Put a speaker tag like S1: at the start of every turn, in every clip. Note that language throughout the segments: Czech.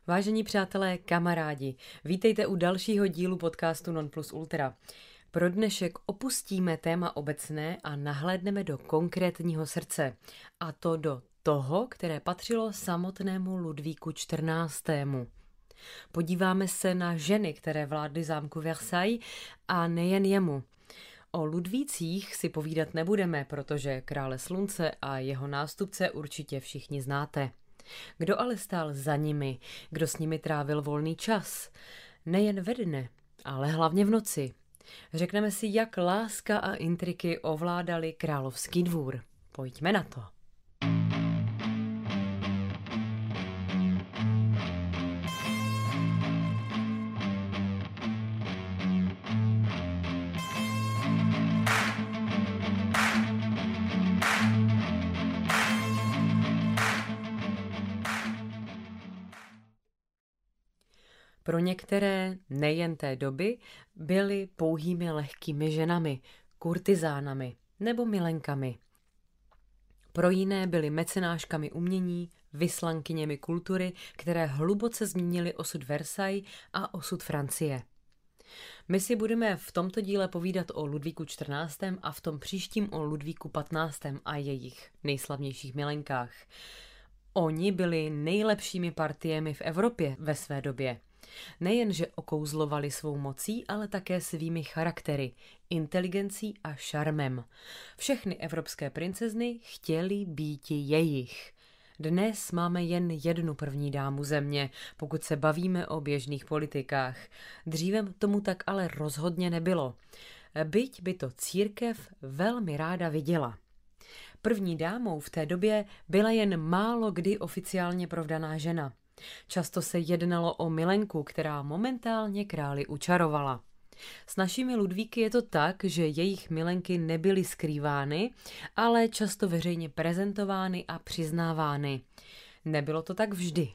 S1: Vážení přátelé, kamarádi, vítejte u dalšího dílu podcastu Non Plus Ultra. Pro dnešek opustíme téma obecné a nahlédneme do konkrétního srdce. A to do toho, které patřilo samotnému Ludvíku XIV. Podíváme se na ženy, které vládly zámku Versailles a nejen jemu. O Ludvících si povídat nebudeme, protože krále slunce a jeho nástupce určitě všichni znáte. Kdo ale stál za nimi, kdo s nimi trávil volný čas? Nejen ve dne, ale hlavně v noci. Řekneme si, jak láska a intriky ovládali královský dvůr. Pojďme na to. Pro některé, nejen té doby, byly pouhými lehkými ženami, kurtizánami nebo milenkami. Pro jiné byly mecenáškami umění, vyslankyněmi kultury, které hluboce změnily osud Versailles a osud Francie. My si budeme v tomto díle povídat o Ludvíku XIV. A v tom příštím o Ludvíku XV. A jejich nejslavnějších milenkách. Oni byli nejlepšími partiemi v Evropě ve své době. Nejenže okouzlovali svou mocí, ale také svými charaktery, inteligencí a šarmem. Všechny evropské princezny chtěly býti jejich. Dnes máme jen jednu první dámu země, pokud se bavíme o běžných politikách. Dříve tomu tak ale rozhodně nebylo. Byť by to církev velmi ráda viděla. První dámou v té době byla jen málo kdy oficiálně provdaná žena. Často se jednalo o milenku, která momentálně králi učarovala. S našimi Ludvíky je to tak, že jejich milenky nebyly skrývány, ale často veřejně prezentovány a přiznávány. Nebylo to tak vždy.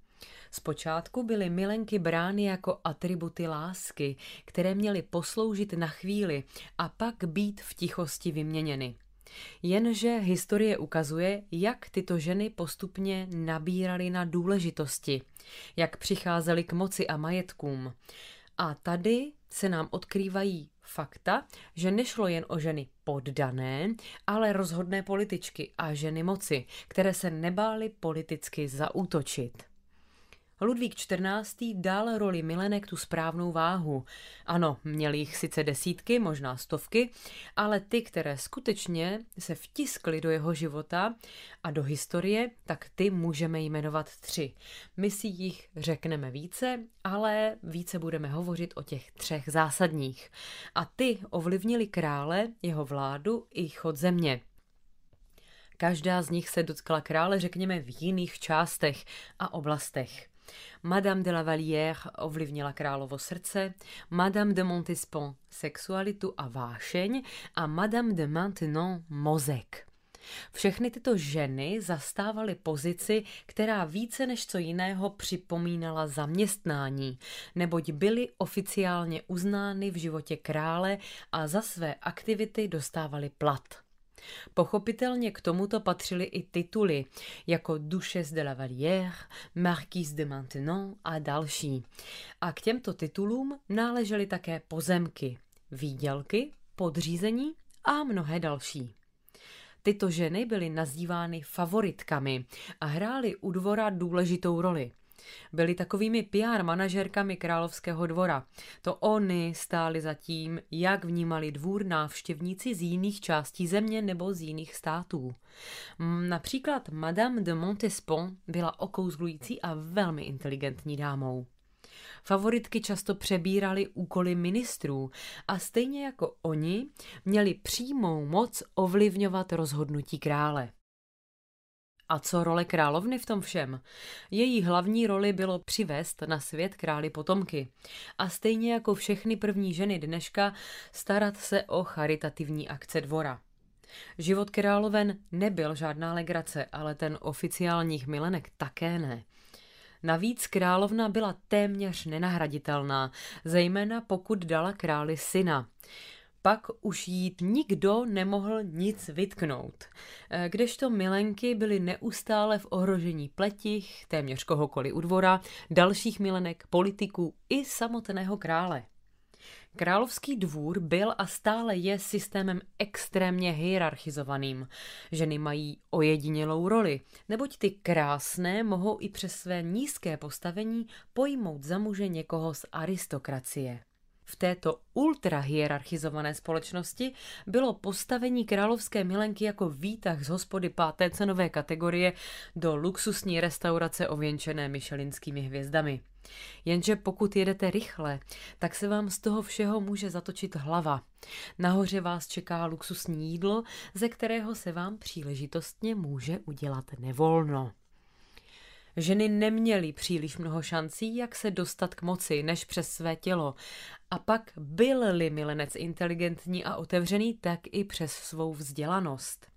S1: Zpočátku byly milenky brány jako atributy lásky, které měly posloužit na chvíli a pak být v tichosti vyměněny. Jenže historie ukazuje, jak tyto ženy postupně nabíraly na důležitosti, jak přicházely k moci a majetkům. A tady se nám odkrývají fakta, že nešlo jen o ženy poddané, ale rozhodné političky a ženy moci, které se nebály politicky zaútočit. Ludvík XIV. Dal roli milenek tu správnou váhu. Ano, měli jich sice desítky, možná stovky, ale ty, které skutečně se vtiskly do jeho života a do historie, tak ty můžeme jmenovat 3. My si jich řekneme více, ale více budeme hovořit o těch 3 zásadních. A ty ovlivnili krále, jeho vládu i chod země. Každá z nich se dotkla krále, řekněme, v jiných částech a oblastech. Madame de la Vallière ovlivnila královo srdce, Madame de Montespan sexualitu a vášeň a Madame de Maintenon mozek. Všechny tyto ženy zastávaly pozici, která více než co jiného připomínala zaměstnání, neboť byly oficiálně uznány v životě krále a za své aktivity dostávaly plat. Pochopitelně k tomuto patřily i tituly, jako Duchesse de la Vallière, Marquise de Maintenon a další. A k těmto titulům náležely také pozemky, výdělky, podřízení a mnohé další. Tyto ženy byly nazývány favoritkami a hrály u dvora důležitou roli. Byly takovými PR manažerkami královského dvora. To oni stály za tím, jak vnímali dvůr návštěvníci z jiných částí země nebo z jiných států. Například Madame de Montespan byla okouzlující a velmi inteligentní dámou. Favoritky často přebíraly úkoly ministrů a stejně jako oni měli přímou moc ovlivňovat rozhodnutí krále. A co role královny v tom všem? Její hlavní roli bylo přivést na svět králi potomky. A stejně jako všechny první ženy dneška starat se o charitativní akce dvora. Život královen nebyl žádná legrace, ale ten oficiálních milenek také ne. Navíc královna byla téměř nenahraditelná, zejména pokud dala králi syna. Pak už jít nikdo nemohl nic vytknout. Kdežto milenky byly neustále v ohrožení pletich, téměř kohokoliv u dvora, dalších milenek, politiků i samotného krále. Královský dvůr byl a stále je systémem extrémně hierarchizovaným. Ženy mají ojedinělou roli, neboť ty krásné mohou i přes své nízké postavení pojmout za muže někoho z aristokracie. V této ultrahierarchizované společnosti bylo postavení královské milenky jako výtah z hospody 5. cenové kategorie do luxusní restaurace ověnčené michelinskými hvězdami. Jenže pokud jedete rychle, tak se vám z toho všeho může zatočit hlava. Nahoře vás čeká luxusní jídlo, ze kterého se vám příležitostně může udělat nevolno. Ženy neměly příliš mnoho šancí, jak se dostat k moci, než přes své tělo. A pak byl-li milenec inteligentní a otevřený, tak i přes svou vzdělanost.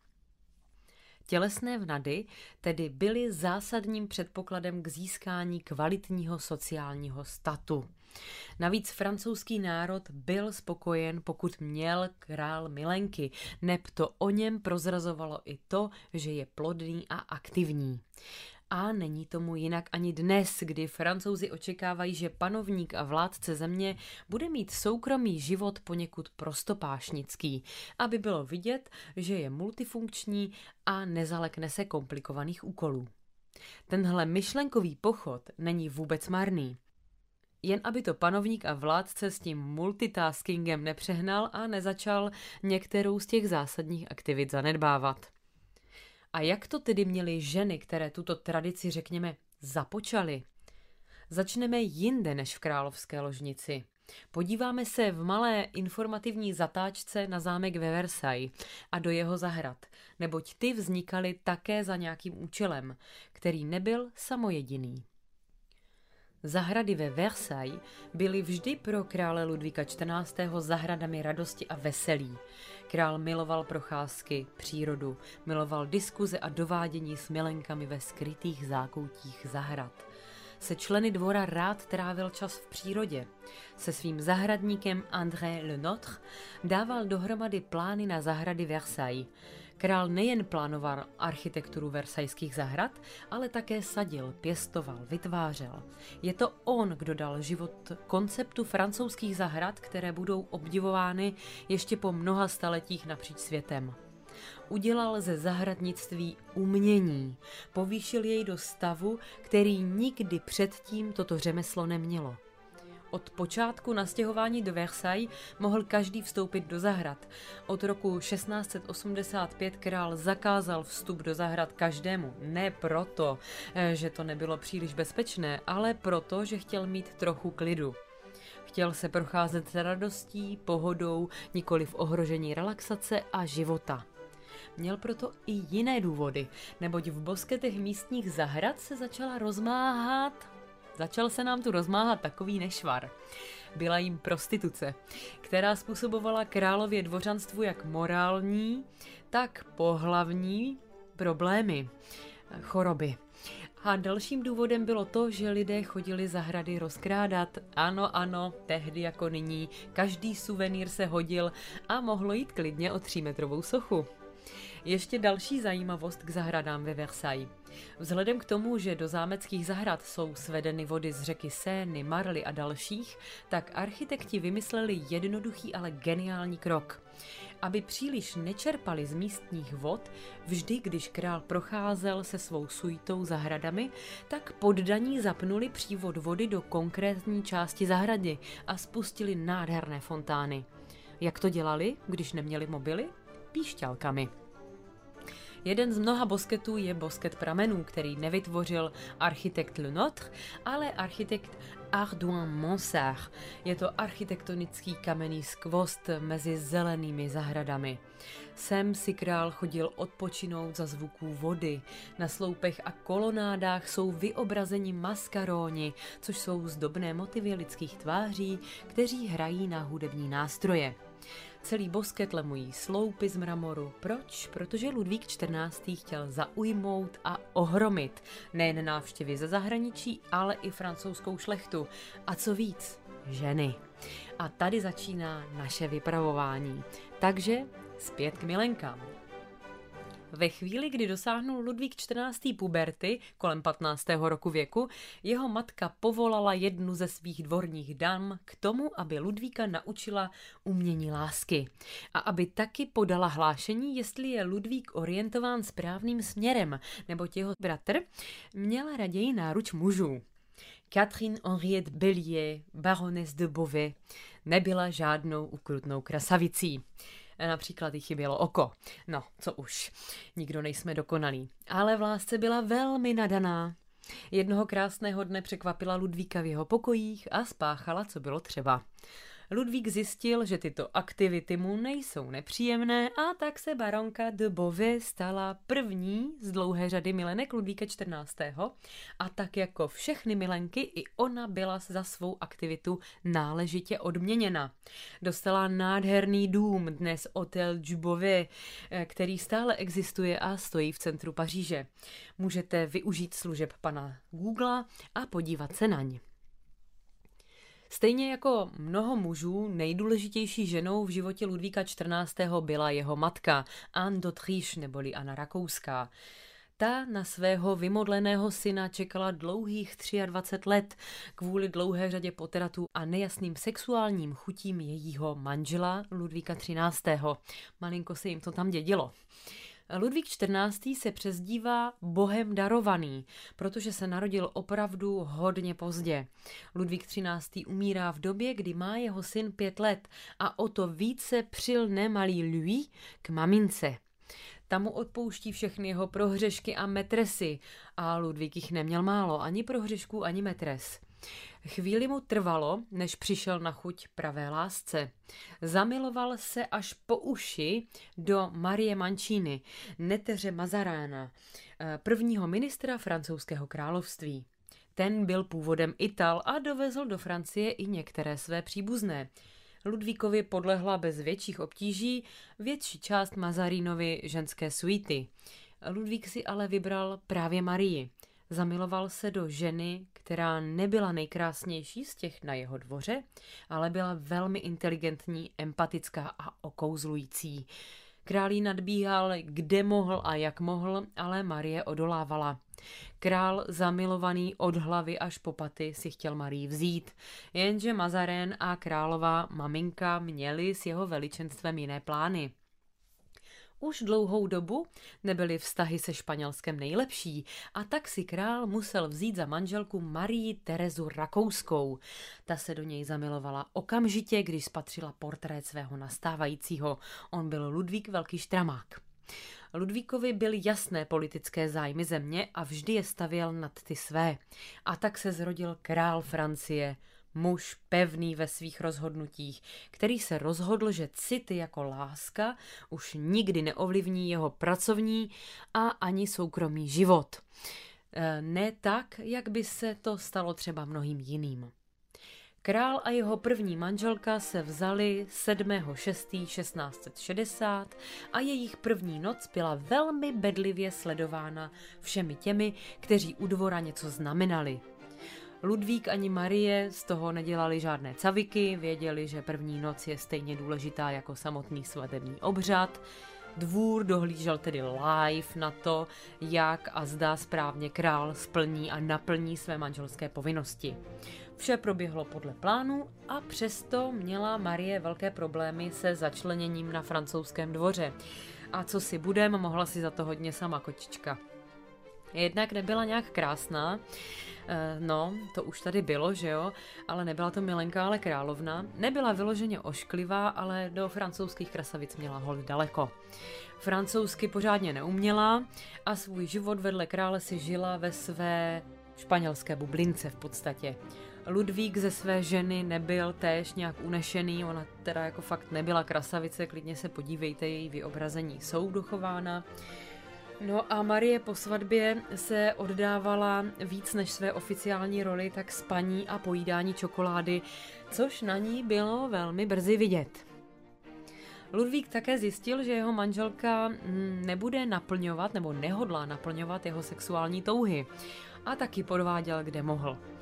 S1: Tělesné vnady tedy byly zásadním předpokladem k získání kvalitního sociálního statu. Navíc francouzský národ byl spokojen, pokud měl král milenky, neb to o něm prozrazovalo i to, že je plodný a aktivní. A není tomu jinak ani dnes, kdy Francouzi očekávají, že panovník a vládce země bude mít soukromý život poněkud prostopášnický, aby bylo vidět, že je multifunkční a nezalekne se komplikovaných úkolů. Tenhle myšlenkový pochod není vůbec marný. Jen aby to panovník a vládce s tím multitaskingem nepřehnal a nezačal některou z těch zásadních aktivit zanedbávat. A jak to tedy měly ženy, které tuto tradici, řekněme, započaly? Začneme jinde než v královské ložnici. Podíváme se v malé informativní zatáčce na zámek ve Versailles a do jeho zahrad, neboť ty vznikaly také za nějakým účelem, který nebyl samojediný. Zahrady ve Versailles byly vždy pro krále Ludvíka XIV. Zahradami radosti a veselí. Král miloval procházky, přírodu, miloval diskuze a dovádění s milenkami ve skrytých zákoutích zahrad. Se členy dvora rád trávil čas v přírodě. Se svým zahradníkem André Le Nôtre dával dohromady plány na zahrady Versailles. Král nejen plánoval architekturu versajských zahrad, ale také sadil, pěstoval, vytvářel. Je to on, kdo dal život konceptu francouzských zahrad, které budou obdivovány ještě po mnoha staletích napříč světem. Udělal ze zahradnictví umění, povýšil jej do stavu, který nikdy předtím toto řemeslo nemělo. Od počátku nastěhování do Versailles mohl každý vstoupit do zahrad. Od roku 1685 král zakázal vstup do zahrad každému. Ne proto, že to nebylo příliš bezpečné, ale proto, že chtěl mít trochu klidu. Chtěl se procházet s radostí, pohodou, nikoli v ohrožení relaxace a života. Měl proto i jiné důvody, neboť v bosketech místních zahrad se Začal se nám tu rozmáhat takový nešvar. Byla jim prostituce, která způsobovala králově dvořanstvu jak morální, tak pohlavní problémy, choroby. A dalším důvodem bylo to, že lidé chodili zahrady rozkrádat. Ano, tehdy jako nyní, každý suvenýr se hodil a mohlo jít klidně o 3metrovou sochu. Ještě další zajímavost k zahradám ve Versailles. Vzhledem k tomu, že do zámeckých zahrad jsou svedeny vody z řeky Seiny, Marly a dalších, tak architekti vymysleli jednoduchý, ale geniální krok. Aby příliš nečerpali z místních vod, vždy, když král procházel se svou suitou zahradami, tak poddaní zapnuli přívod vody do konkrétní části zahrady a spustili nádherné fontány. Jak to dělali, když neměli mobily? Píšťalkami. Jeden z mnoha bosketů je bosket pramenů, který nevytvořil architekt Le Nôtre, ale architekt Ardouin-Mansart. Je to architektonický kamenný skvost mezi zelenými zahradami. Sem si král chodil odpočinout za zvuků vody. Na sloupech a kolonádách jsou vyobrazeni maskaróni, což jsou zdobné motivy lidských tváří, kteří hrají na hudební nástroje. Celý bosket lemují sloupy z mramoru. Proč? Protože Ludvík XIV. Chtěl zaujmout a ohromit nejen návštěvy ze zahraničí, ale i francouzskou šlechtu. A co víc, ženy. A tady začíná naše vypravování. Takže zpět k milenkám. Ve chvíli, kdy dosáhnul Ludvík XIV. Puberty, kolem 15. roku věku, jeho matka povolala jednu ze svých dvorních dam k tomu, aby Ludvíka naučila umění lásky. A aby taky podala hlášení, jestli je Ludvík orientován správným směrem, neboť jeho bratr měl raději náruč mužů. Catherine Henriette Bellier, baronesse de Beauvais, nebyla žádnou ukrutnou krasavicí. Například jí chybělo oko. No, co už. Nikdo nejsme dokonalí. Ale v lásce byla velmi nadaná. Jednoho krásného dne překvapila Ludvíka v jeho pokojích a spáchala, co bylo třeba. Ludvík zjistil, že tyto aktivity mu nejsou nepříjemné a tak se baronka de Beauvais stala první z dlouhé řady milenek Ludvíka XIV. A tak jako všechny milenky i ona byla za svou aktivitu náležitě odměněna. Dostala nádherný dům, dnes Hôtel du Beauvais, který stále existuje a stojí v centru Paříže. Můžete využít služeb pana Googla a podívat se na ně. Stejně jako mnoho mužů, nejdůležitější ženou v životě Ludvíka XIV. Byla jeho matka, Anne d'Autriche neboli Anna Rakouská. Ta na svého vymodleného syna čekala dlouhých 23 let kvůli dlouhé řadě potratů a nejasným sexuálním chutím jejího manžela Ludvíka XIII. Malinko se jim to tam dědilo. Ludvík XIV. Se přezdívá Bohem darovaný, protože se narodil opravdu hodně pozdě. Ludvík XIII. Umírá v době, kdy má jeho syn 5 let a o to více přilne malý Louis k mamince. Ta mu odpouští všechny jeho prohřešky a metresy a Ludvík jich neměl málo, ani prohřešků, ani metres. Chvíli mu trvalo, než přišel na chuť pravé lásce. Zamiloval se až po uši do Marie Mancini, neteře Mazarána, prvního ministra francouzského království. Ten byl původem Ital a dovezl do Francie i některé své příbuzné. Ludvíkovi podlehla bez větších obtíží větší část Mazarínovy ženské suity. Ludvík si ale vybral právě Marii. Zamiloval se do ženy, která nebyla nejkrásnější z těch na jeho dvoře, ale byla velmi inteligentní, empatická a okouzlující. Král jí nadbíhal, kde mohl a jak mohl, ale Marie odolávala. Král, zamilovaný od hlavy až po paty, si chtěl Marii vzít, jenže Mazarén a králová maminka měli s jeho veličenstvem jiné plány. Už dlouhou dobu nebyly vztahy se Španělskem nejlepší a tak si král musel vzít za manželku Marii Terezu Rakouskou. Ta se do něj zamilovala okamžitě, když spatřila portrét svého nastávajícího. On byl Ludvík Velký Štramák. Ludvíkovi byly jasné politické zájmy země a vždy je stavěl nad ty své. A tak se zrodil král Francie, muž pevný ve svých rozhodnutích, který se rozhodl, že city jako láska už nikdy neovlivní jeho pracovní a ani soukromý život. Ne tak, jak by se to stalo třeba mnohým jiným. Král a jeho první manželka se vzali 7.6.1660 a jejich první noc byla velmi bedlivě sledována všemi těmi, kteří u dvora něco znamenali. Ludvík ani Marie z toho nedělali žádné caviky, věděli, že první noc je stejně důležitá jako samotný svatební obřad. Dvůr dohlížel tedy live na to, jak a zda správně král splní a naplní své manželské povinnosti. Vše proběhlo podle plánu a přesto měla Marie velké problémy se začleněním na francouzském dvoře. A co si budem, mohla si za to hodně sama kočička. Jednak nebyla nějak krásná, no, to už tady bylo, že jo, ale nebyla to milenka, ale královna. Nebyla vyloženě ošklivá, ale do francouzských krasavic měla holt daleko. Francouzsky pořádně neuměla a svůj život vedle krále si žila ve své španělské bublince v podstatě. Ludvík ze své ženy nebyl též nějak unešený, ona teda jako fakt nebyla krasavice, klidně se podívejte, její vyobrazení jsou dochována. No a Marie po svatbě se oddávala víc než své oficiální roli, tak spaní a pojídání čokolády, což na ní bylo velmi brzy vidět. Ludvík také zjistil, že jeho manželka nebude naplňovat nebo nehodlá naplňovat jeho sexuální touhy a taky podváděl, kde mohl.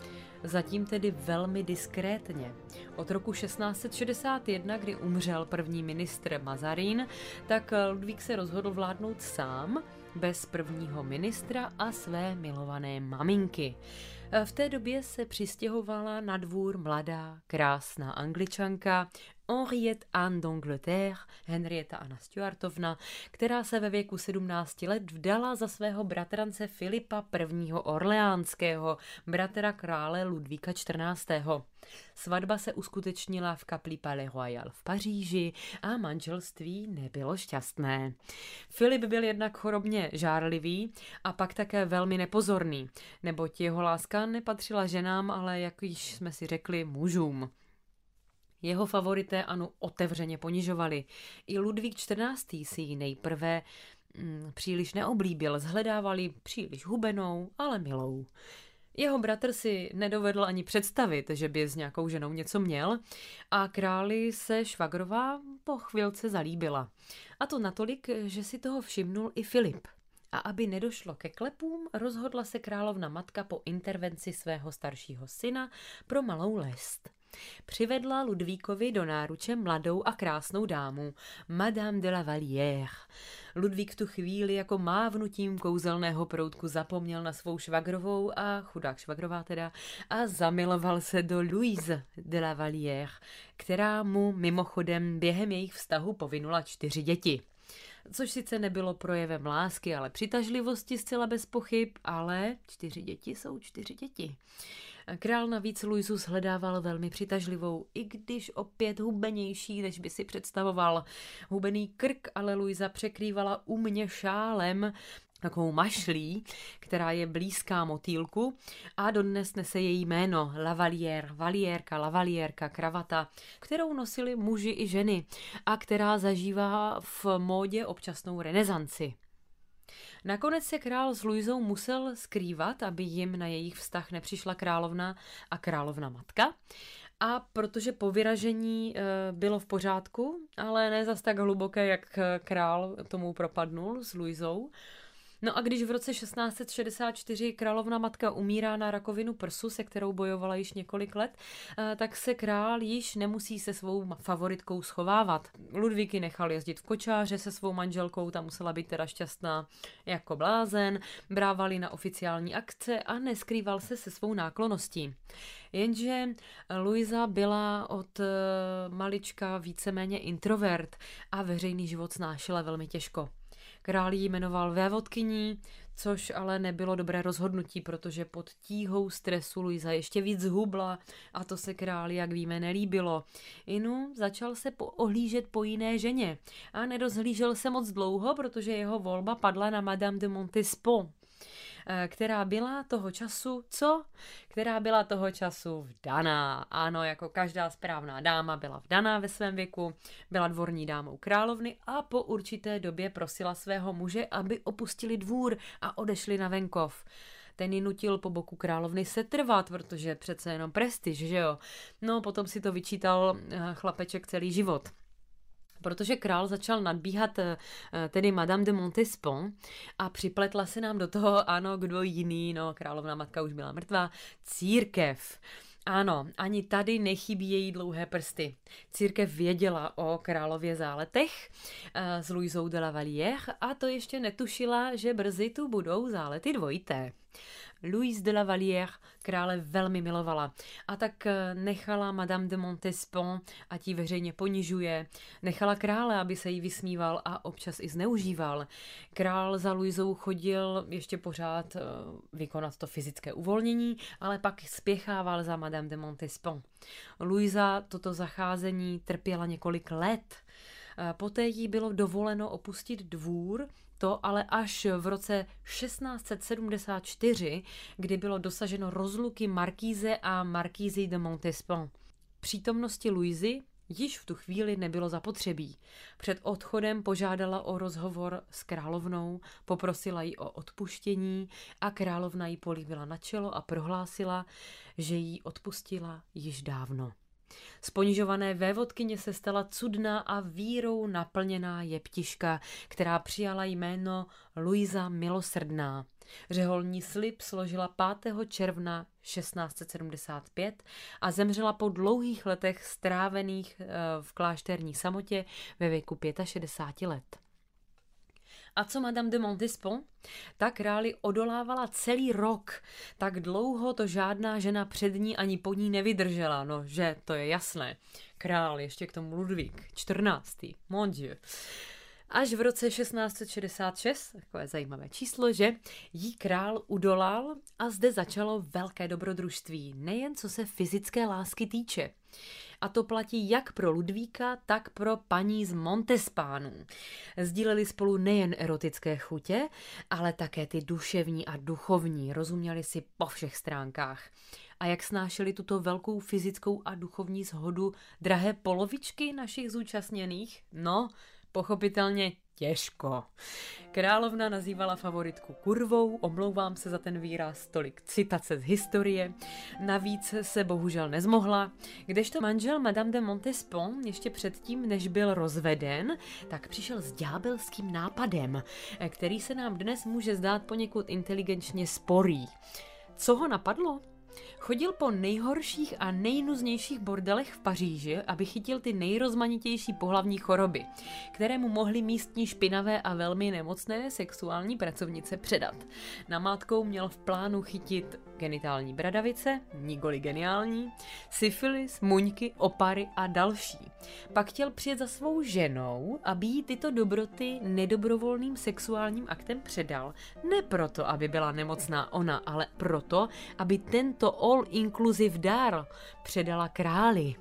S1: Zatím tedy velmi diskrétně. Od roku 1661, kdy umřel první ministr Mazarin, tak Ludvík se rozhodl vládnout sám, bez prvního ministra a své milované maminky. V té době se přistěhovala na dvůr mladá, krásná Angličanka Henriette Anne d'Angleterre, Henrietta Anna Stuartovna, která se ve věku 17 let vdala za svého bratrance Filipa I. Orleánského, bratra krále Ludvíka XIV. Svatba se uskutečnila v kapli Palais Royal v Paříži a manželství nebylo šťastné. Filip byl jednak chorobně žárlivý a pak také velmi nepozorný, neboť jeho láska nepatřila ženám, ale jak již jsme si řekli, mužům. Jeho favorité Anu otevřeně ponižovali. I Ludvík XIV. Si ji nejprve příliš neoblíbil, zhledávali příliš hubenou, ale milou. Jeho bratr si nedovedl ani představit, že by s nějakou ženou něco měl a králi se švagrová po chvilce zalíbila. A to natolik, že si toho všimnul i Filip. A aby nedošlo ke klepům, rozhodla se královna matka po intervenci svého staršího syna pro malou lest. Přivedla Ludvíkovi do náruče mladou a krásnou dámu, Madame de la Vallière. Ludvík v tu chvíli jako mávnutím kouzelného proutku zapomněl na svou švagrovou a chudák švagrová teda a zamiloval se do Louise de la Vallière, která mu mimochodem během jejich vztahu povinula 4 děti. Což sice nebylo projevem lásky, ale přitažlivosti zcela bez pochyb, ale 4 děti jsou 4 děti. Král navíc Luisu shledával velmi přitažlivou, i když opět hubenější, než by si představoval. Hubený krk ale Luisa překrývala umně šálem, takovou mašlí, která je blízká motýlku a dodnes nese její jméno Lavalière, valiérka, lavaliérka, kravata, kterou nosili muži i ženy a která zažívá v módě občasnou renesanci. Nakonec se král s Luisou musel skrývat, aby jim na jejich vztah nepřišla královna a královna matka. A protože po vyražení bylo v pořádku, ale ne zas tak hluboké, jak král tomu propadnul s Luisou. No a když v roce 1664 královna matka umírá na rakovinu prsu, se kterou bojovala již několik let, tak se král již nemusí se svou favoritkou schovávat. Ludvík ji nechal jezdit v kočáře se svou manželkou, ta musela být teda šťastná jako blázen, brávali na oficiální akce a neskrýval se se svou náklonností. Jenže Luisa byla od malička víceméně introvert a veřejný život snášela velmi těžko. Král ji jmenoval vévodkyní, což ale nebylo dobré rozhodnutí, protože pod tíhou stresu Luisa ještě víc zhubla a to se králi, jak víme, nelíbilo. Inu začal se ohlížet po jiné ženě a nerozhlížel se moc dlouho, protože jeho volba padla na Madame de Montespan, která byla toho času vdaná. Ano, jako každá správná dáma byla vdaná ve svém věku, byla dvorní dámou královny a po určité době prosila svého muže, aby opustili dvůr a odešli na venkov. Ten ji nutil po boku královny setrvat, protože přece jenom prestiž, že jo? No, potom si to vyčítal chlapeček celý život. Protože král začal nadbíhat tedy Madame de Montespan a připletla se nám do toho, ano, kdo jiný, no královna matka už byla mrtvá, církev. Ano, ani tady nechybí její dlouhé prsty. Církev věděla o králově záletech s Louisou de la Vallière a to ještě netušila, že brzy tu budou zálety dvojité. Louise de la Vallière krále velmi milovala a tak nechala Madame de Montespan, ať ji veřejně ponižuje, nechala krále, aby se jí vysmíval a občas i zneužíval. Král za Louisou chodil ještě pořád vykonat to fyzické uvolnění, ale pak spěchával za Madame de Montespan. Louisa toto zacházení trpěla několik let. Poté jí bylo dovoleno opustit dvůr, to ale až v roce 1674, kdy bylo dosaženo rozluky markíze a markízy de Montespan. Přítomnosti Louisy již v tu chvíli nebylo zapotřebí. Před odchodem požádala o rozhovor s královnou, poprosila ji o odpuštění a královna ji políbila na čelo a prohlásila, že jí odpustila již dávno. Z ponižované vévodkyně se stala cudná a vírou naplněná jeptiška, která přijala jméno Luisa Milosrdná. Řeholní slib složila 5. června 1675 a zemřela po dlouhých letech strávených v klášterní samotě ve věku 65 let. A co Madame de Montespan? Ta králi odolávala celý rok. Tak dlouho to žádná žena před ní ani po ní nevydržela. No, že to je jasné. Král, ještě k tomu Ludvík, 14. Mon Dieu. Až v roce 1666, takové zajímavé číslo, že jí král udolal a zde začalo velké dobrodružství, nejen co se fyzické lásky týče. A to platí jak pro Ludvíka, tak pro paní z Montespánů. Sdíleli spolu nejen erotické chutě, ale také ty duševní a duchovní, rozuměli si po všech stránkách. A jak snášeli tuto velkou fyzickou a duchovní shodu drahé polovičky našich zúčastněných? No, pochopitelně těžko. Královna nazývala favoritku kurvou, omlouvám se za ten výraz, tolik citace z historie. Navíc se bohužel nezmohla, kdežto manžel Madame de Montespan ještě předtím, než byl rozveden, tak přišel s ďábelským nápadem, který se nám dnes může zdát poněkud inteligenčně sporý. Co ho napadlo? Chodil po nejhorších a nejnuznějších bordelech v Paříži, aby chytil ty nejrozmanitější pohlavní choroby, které mu mohly místní špinavé a velmi nemocné sexuální pracovnice předat. Namátkou měl v plánu chytit genitální bradavice, nikoli geniální, syfilis, muňky, opary a další. Pak chtěl přijet za svou ženou, aby jí tyto dobroty nedobrovolným sexuálním aktem předal. Ne proto, aby byla nemocná ona, ale proto, aby tento all-inclusive dar předala králi.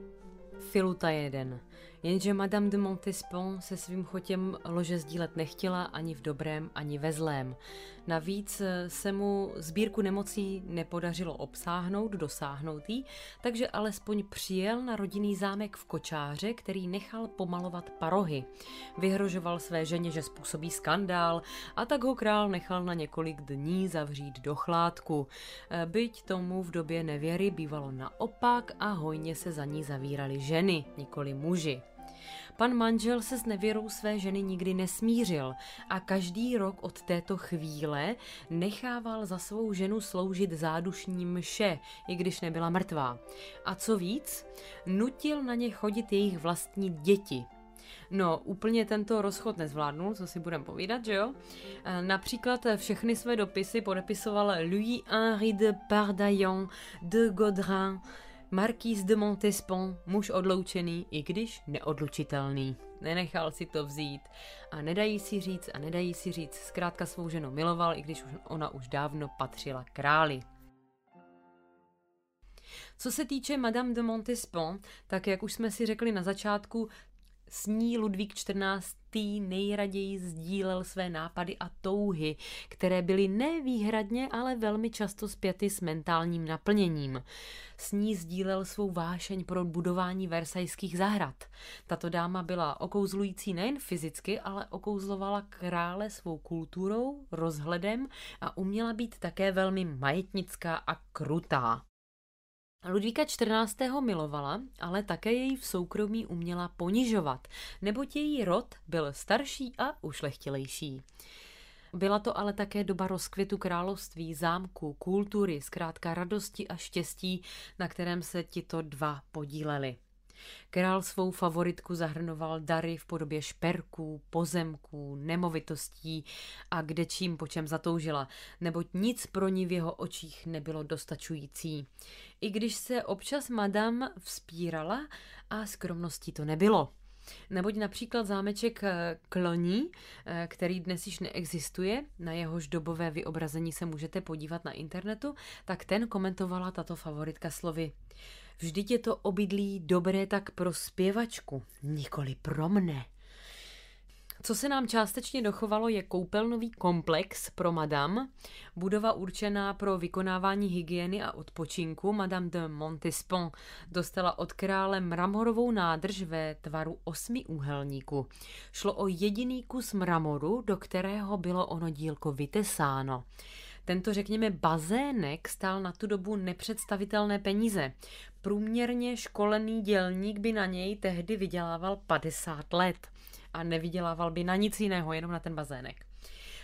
S1: Filuta jeden. Jenže Madame de Montespan se svým chotěm lože sdílet nechtěla ani v dobrém, ani ve zlém. Navíc se mu sbírku nemocí nepodařilo dosáhnout jí, takže alespoň přijel na rodinný zámek v kočáře, který nechal pomalovat parohy. Vyhrožoval své ženě, že způsobí skandál, a tak ho král nechal na několik dní zavřít do chládku. Byť tomu v době nevěry bývalo naopak a hojně se za ní zavíraly ženy, nikoli muži. Pan manžel se s nevěrou své ženy nikdy nesmířil a každý rok od této chvíle nechával za svou ženu sloužit zádušní mše, i když nebyla mrtvá. A co víc, nutil na ně chodit jejich vlastní děti. No, úplně tento rozchod nezvládnul, co si budem povídat, že jo? Například všechny své dopisy podepisoval Louis-Henri de Pardaillon de Gaudrin, Marquis de Montespan, muž odloučený, i když neodlučitelný. Nenechal si to vzít a nedají si říct, zkrátka svou ženu miloval, i když ona už dávno patřila králi. Co se týče Madame de Montespan, tak jak už jsme si řekli na začátku, s ní Ludvík XIV. Nejraději sdílel své nápady a touhy, které byly nevýhradně, ale velmi často spjaty s mentálním naplněním. S ní sdílel svou vášeň pro budování versajských zahrad. Tato dáma byla okouzlující nejen fyzicky, ale okouzlovala krále svou kulturou, rozhledem a uměla být také velmi majetnická a krutá. Ludvíka XIV. Milovala, ale také jej v soukromí uměla ponižovat, neboť její rod byl starší a ušlechtilejší. Byla to ale také doba rozkvětu království, zámku, kultury, zkrátka radosti a štěstí, na kterém se tito dva podíleli. Král svou favoritku zahrnoval dary v podobě šperků, pozemků, nemovitostí a kdečím po čem zatoužila, neboť nic pro ní v jeho očích nebylo dostačující. I když se občas madame vzpírala a skromností to nebylo. Neboť například zámeček Cluny, který dnes již neexistuje, na jehož dobové vyobrazení se můžete podívat na internetu, tak ten komentovala tato favoritka slovy: vždyť je to obydlí dobré tak pro zpěvačku, nikoli pro mne. Co se nám částečně dochovalo, je koupelnový komplex pro madame, budova určená pro vykonávání hygieny a odpočinku. Madame de Montespan dostala od krále mramorovou nádrž ve tvaru 8úhelníku. Šlo o jediný kus mramoru, do kterého bylo ono dílko vytesáno. Tento, řekněme, bazének stál na tu dobu nepředstavitelné peníze. Průměrně školený dělník by na něj tehdy vydělával 50 let a nevydělával by na nic jiného, jenom na ten bazének.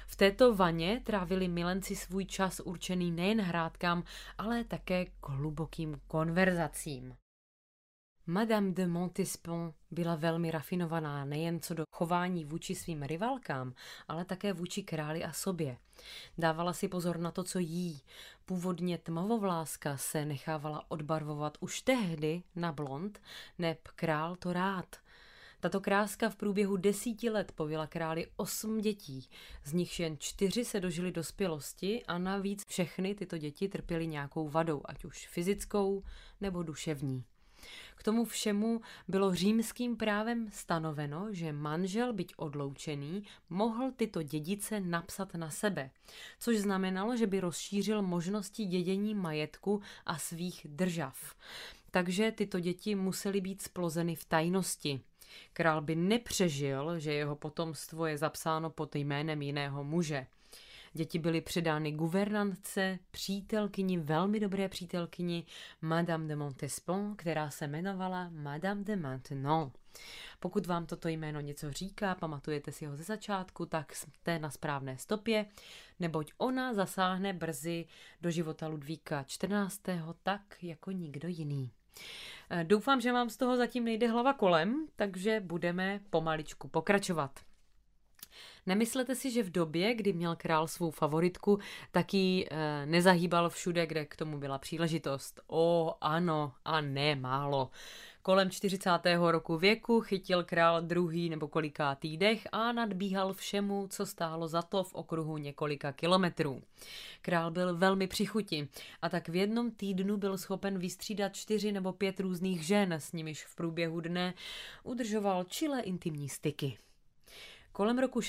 S1: V této vaně trávili milenci svůj čas určený nejen hrádkám, ale také k hlubokým konverzacím. Madame de Montespan byla velmi rafinovaná nejen co do chování vůči svým rivalkám, ale také vůči králi a sobě. Dávala si pozor na to, co jí. Původně tmavovláska se nechávala odbarvovat už tehdy na blond, neb král to rád. Tato kráska v průběhu 10 let pověla králi 8 dětí, z nichž jen 4 se dožily dospělosti a navíc všechny tyto děti trpěly nějakou vadou, ať už fyzickou nebo duševní. K tomu všemu bylo římským právem stanoveno, že manžel, byť odloučený, mohl tyto dědice napsat na sebe, což znamenalo, že by rozšířil možnosti dědění majetku a svých držav. Takže tyto děti musely být splozeny v tajnosti. Král by nepřežil, že jeho potomstvo je zapsáno pod jménem jiného muže. Děti byly předány guvernantce, přítelkyni, velmi dobré přítelkyni Madame de Montespan, která se jmenovala Madame de Maintenon. Pokud vám toto jméno něco říká, pamatujete si ho ze začátku, tak jste na správné stopě, neboť ona zasáhne brzy do života Ludvíka XIV. Tak jako nikdo jiný. Doufám, že vám z toho zatím nejde hlava kolem, takže budeme pomaličku pokračovat. Nemyslete si, že v době, kdy měl král svou favoritku, tak ji nezahýbal všude, kde k tomu byla příležitost. Ano, a ne málo. Kolem 40. roku věku chytil král druhý nebo kolikátý dech a nadbíhal všemu, co stálo za to v okruhu několika kilometrů. Král byl velmi při chuti a tak v jednom týdnu byl schopen vystřídat 4 nebo 5 různých žen, s nimiž v průběhu dne udržoval čilé intimní styky. Kolem roku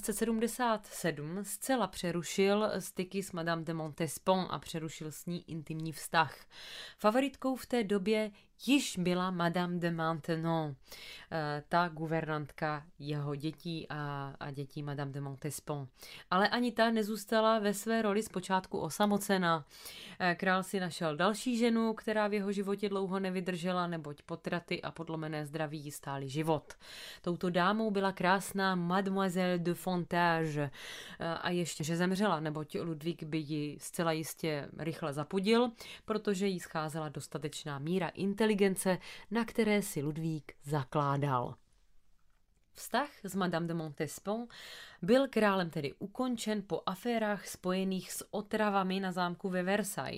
S1: 1677 zcela přerušil styky s Madame de Montespan a přerušil s ní intimní vztah. Favoritkou v té době již byla Madame de Maintenon, ta guvernantka jeho dětí a dětí Madame de Montespan. Ale ani ta nezůstala ve své roli zpočátku osamocená. Král si našel další ženu, která v jeho životě dlouho nevydržela, neboť potraty a podlomené zdraví jí stály život. Touto dámou byla krásná Mademoiselle de Fontage a ještě, že zemřela, neboť Ludvík by ji zcela jistě rychle zapudil, protože jí scházela dostatečná míra inteligence, na které si Ludvík zakládal. Vztah s Madame de Montespan byl králem tedy ukončen po aférách spojených s otravami na zámku ve Versailles.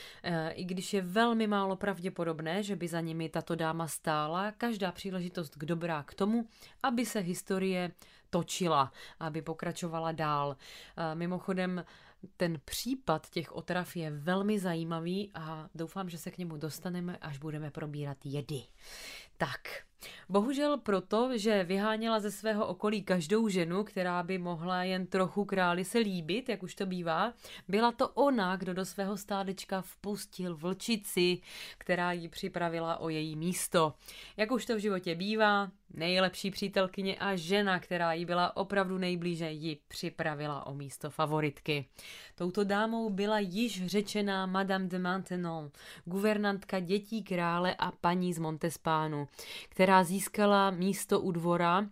S1: I když je velmi málo pravděpodobné, že by za nimi tato dáma stála, každá příležitost dobrá k tomu, aby se historie točila, aby pokračovala dál. Mimochodem, ten případ těch otrav je velmi zajímavý a doufám, že se k němu dostaneme, až budeme probírat jedy. Tak, bohužel proto, že vyháněla ze svého okolí každou ženu, která by mohla jen trochu králi se líbit, jak už to bývá, byla to ona, kdo do svého stádečka vpustil vlčici, která ji připravila o její místo. Jak už to v životě bývá, nejlepší přítelkyně a žena, která jí byla opravdu nejblíže, ji připravila o místo favoritky. Touto dámou byla již řečená Madame de Maintenon, guvernantka dětí krále a paní z Montespánu, která získala místo u dvora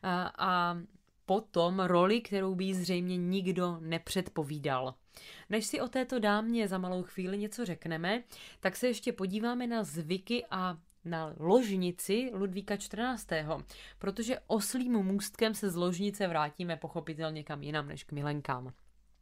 S1: a potom roli, kterou by jí zřejmě nikdo nepředpovídal. Než si o této dámě za malou chvíli něco řekneme, tak se ještě podíváme na zvyky a na ložnici Ludvíka XIV., protože oslím můstkem se z ložnice vrátíme pochopitelně kam jinam než k milenkám.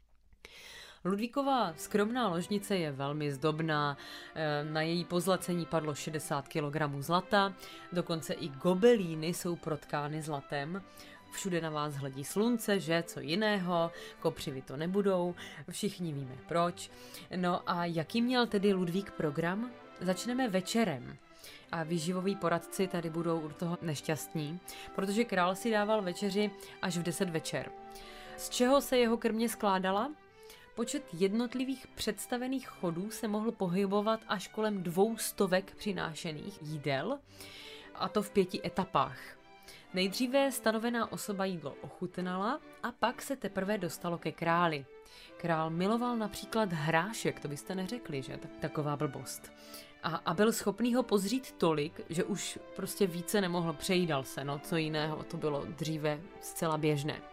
S1: Ludvíkova skromná ložnice je velmi zdobná, na její pozlacení padlo 60 kg zlata, dokonce i gobelíny jsou protkány zlatem. Všude na vás hledí slunce, že co jiného, kopřivy to nebudou, všichni víme proč. No a jaký měl tedy Ludvík program? Začneme večerem. A výživoví poradci tady budou u toho nešťastní, protože král si dával večeři až v 10 večer. Z čeho se jeho krmě skládala? Počet jednotlivých představených chodů se mohl pohybovat až kolem 200 přinášených jídel, a to v 5 etapách. Nejdříve stanovená osoba jídlo ochutnala a pak se teprve dostalo ke králi. Král miloval například hrášek, to byste neřekli, že? Taková blbost. A byl schopný ho pozřít tolik, že už prostě více nemohl, přejídal se, no co jiného, to bylo dříve zcela běžné.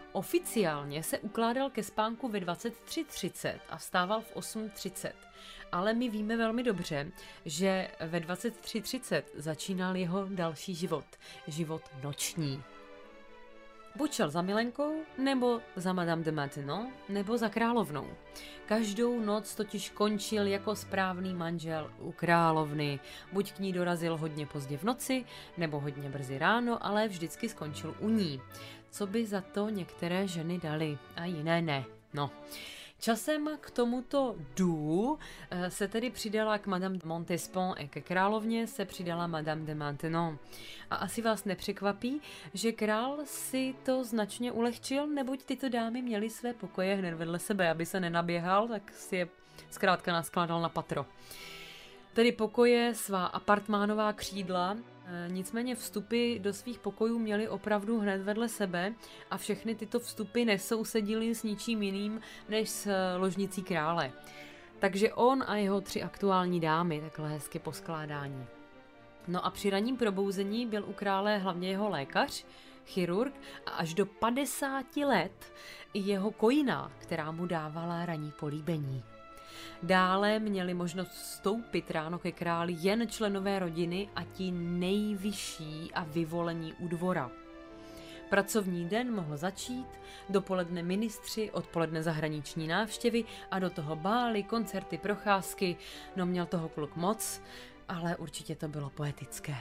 S1: Oficiálně se ukládal ke spánku ve 23:30 a vstával v 8:30, ale my víme velmi dobře, že ve 23:30 začínal jeho další život, život noční. Buď šel za milenkou, nebo za Madame de Maintenon, nebo za královnou. Každou noc totiž končil jako správný manžel u královny. Buď k ní dorazil hodně pozdě v noci, nebo hodně brzy ráno, ale vždycky skončil u ní. Co by za to některé ženy dali a jiné ne. No. Časem k tomuto duu se tedy přidala k Madame de Montespan a ke královně se přidala Madame de Maintenon. A asi vás nepřekvapí, že král si to značně ulehčil, neboť tyto dámy měly své pokoje hned vedle sebe, aby se nenaběhal, tak si je zkrátka naskládal na patro. Tedy pokoje, svá apartmánová křídla, nicméně vstupy do svých pokojů měly opravdu hned vedle sebe a všechny tyto vstupy nesousedily s ničím jiným než s ložnicí krále. Takže on a jeho 3 aktuální dámy, takhle hezky poskládání. No a při ranním probouzení byl u krále hlavně jeho lékař, chirurg a až do 50 let i jeho kojina, která mu dávala ranní políbení. Dále měli možnost vstoupit ráno ke králi jen členové rodiny a ti nejvyšší a vyvolení u dvora. Pracovní den mohl začít, dopoledne ministři, odpoledne zahraniční návštěvy a do toho bály, koncerty, procházky. No měl toho kluk moc, ale určitě to bylo poetické.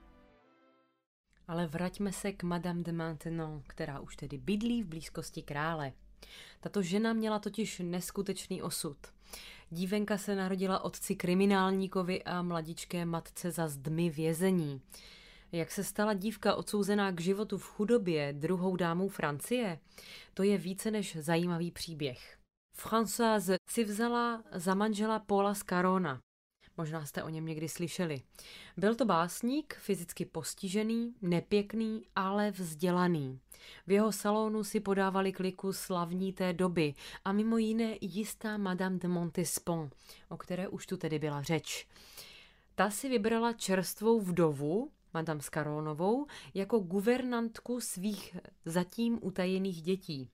S1: Ale vraťme se k Madame de Maintenon, která už tedy bydlí v blízkosti krále. Tato žena měla totiž neskutečný osud. Dívenka se narodila otci kriminálníkovi a mladičké matce za zdmi vězení. Jak se stala dívka odsouzená k životu v chudobě druhou dámou Francie? To je více než zajímavý příběh. Françoise si vzala za manžela Paula Scarona. Možná jste o něm někdy slyšeli. Byl to básník, fyzicky postižený, nepěkný, ale vzdělaný. V jeho salonu si podávali kliku slavní té doby a mimo jiné jistá Madame de Montespan, o které už tu tedy byla řeč. Ta si vybrala čerstvou vdovu, Madame Scaronovou, jako guvernantku svých zatím utajených dětí.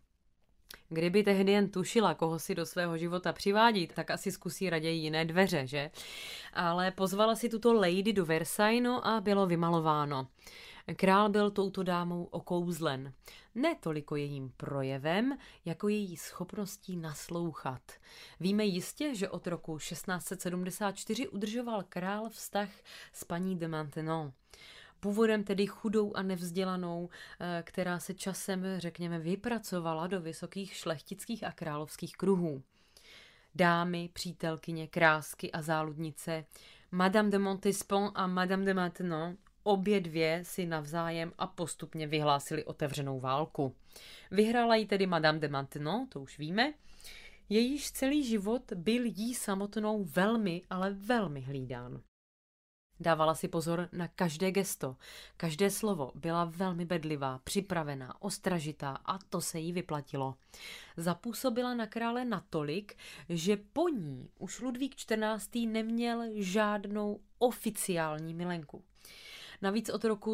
S1: Kdyby tehdy jen tušila, koho si do svého života přivádí, tak asi zkusí raději jiné dveře, že? Ale pozvala si tuto lady do Versailles a bylo vymalováno. Král byl touto dámou okouzlen. Ne toliko jejím projevem, jako její schopností naslouchat. Víme jistě, že od roku 1674 udržoval král vztah s paní de Maintenon. Původem tedy chudou a nevzdělanou, která se časem, řekněme, vypracovala do vysokých šlechtických a královských kruhů. Dámy, přítelkyně, krásky a záludnice, Madame de Montespan a Madame de Maintenon, obě dvě si navzájem a postupně vyhlásili otevřenou válku. Vyhrála ji tedy Madame de Maintenon, to už víme, jejíž celý život byl jí samotnou velmi, ale velmi hlídán. Dávala si pozor na každé gesto, každé slovo, byla velmi bedlivá, připravená, ostražitá a to se jí vyplatilo. Zapůsobila na krále natolik, že po ní už Ludvík XIV. Neměl žádnou oficiální milenku. Navíc od roku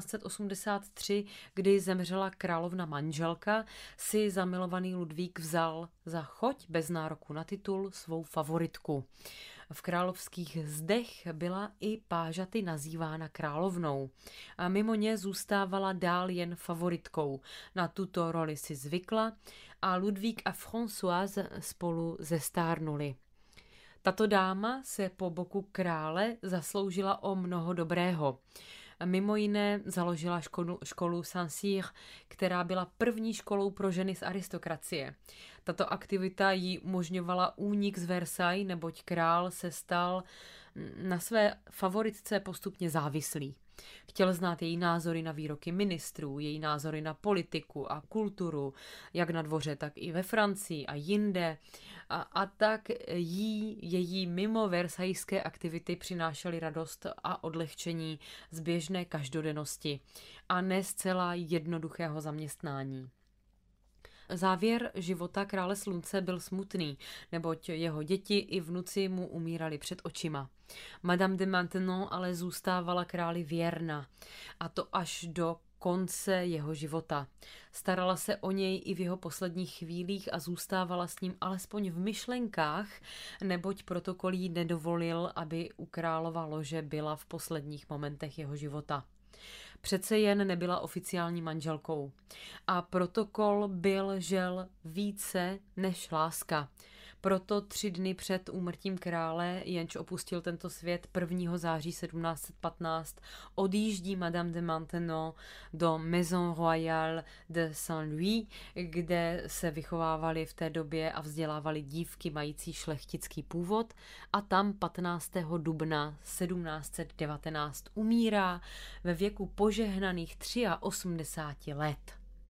S1: 1783, kdy zemřela královna manželka, si zamilovaný Ludvík vzal za choť bez nároku na titul svou favoritku. V královských zdech byla i pážaty nazývána královnou a mimo ně zůstávala dál jen favoritkou. Na tuto roli si zvykla a Ludvík a Françoise spolu zestárnuli. Tato dáma se po boku krále zasloužila o mnoho dobrého. Mimo jiné založila školu Saint-Cyr, která byla první školou pro ženy z aristokracie. Tato aktivita jí umožňovala únik z Versailles, neboť král se stal na své favoritce postupně závislý. Chtěl znát její názory na výroky ministrů, její názory na politiku a kulturu, jak na dvoře, tak i ve Francii a jinde. A tak její mimo versajské aktivity přinášely radost a odlehčení z běžné každodennosti a ne zcela jednoduchého zaměstnání. Závěr života krále slunce byl smutný, neboť jeho děti i vnuci mu umírali před očima. Madame de Maintenon ale zůstávala králi věrna, a to až do konce jeho života. Starala se o něj i v jeho posledních chvílích a zůstávala s ním alespoň v myšlenkách, neboť protokol jí nedovolil, aby u králova lože byla v posledních momentech jeho života. Přece jen nebyla oficiální manželkou. A protokol byl žel více než láska. Proto 3 dny před úmrtím krále, jenž opustil tento svět 1. září 1715, odjíždí Madame de Maintenon do Maison Royale de Saint-Louis, kde se vychovávaly v té době a vzdělávaly dívky mající šlechtický původ, a tam 15. dubna 1719 umírá ve věku požehnaných 83 let.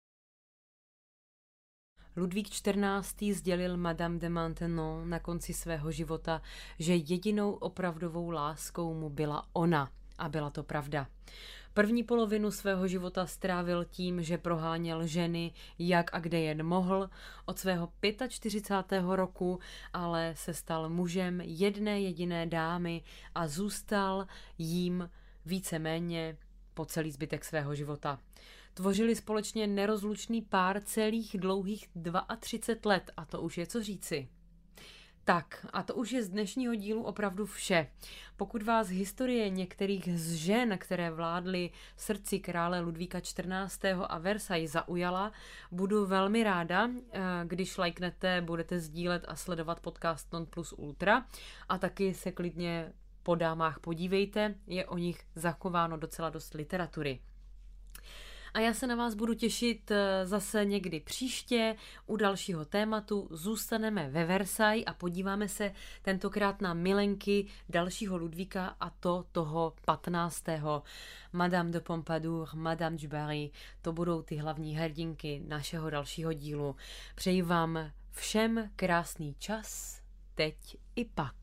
S1: Ludvík XIV. Sdělil Madame de Maintenon na konci svého života, že jedinou opravdovou láskou mu byla ona. A byla to pravda. První polovinu svého života strávil tím, že proháněl ženy, jak a kde jen mohl. Od svého 45. roku ale se stal mužem jedné jediné dámy a zůstal jím víceméně po celý zbytek svého života. Tvořili společně nerozlučný pár celých dlouhých 32 let a to už je co říci. Tak, a to už je z dnešního dílu opravdu vše. Pokud vás historie některých z žen, které vládly srdci krále Ludvíka XIV. A Versailles zaujala, budu velmi ráda, když lajknete, budete sdílet a sledovat podcast Non Plus Ultra a taky se klidně po dámách podívejte, je o nich zachováno docela dost literatury. A já se na vás budu těšit zase někdy příště u dalšího tématu. Zůstaneme ve Versailles a podíváme se tentokrát na milenky dalšího Ludvíka, a to toho 15. Madame de Pompadour, Madame du Barry, to budou ty hlavní hrdinky našeho dalšího dílu. Přeji vám všem krásný čas, teď i pak.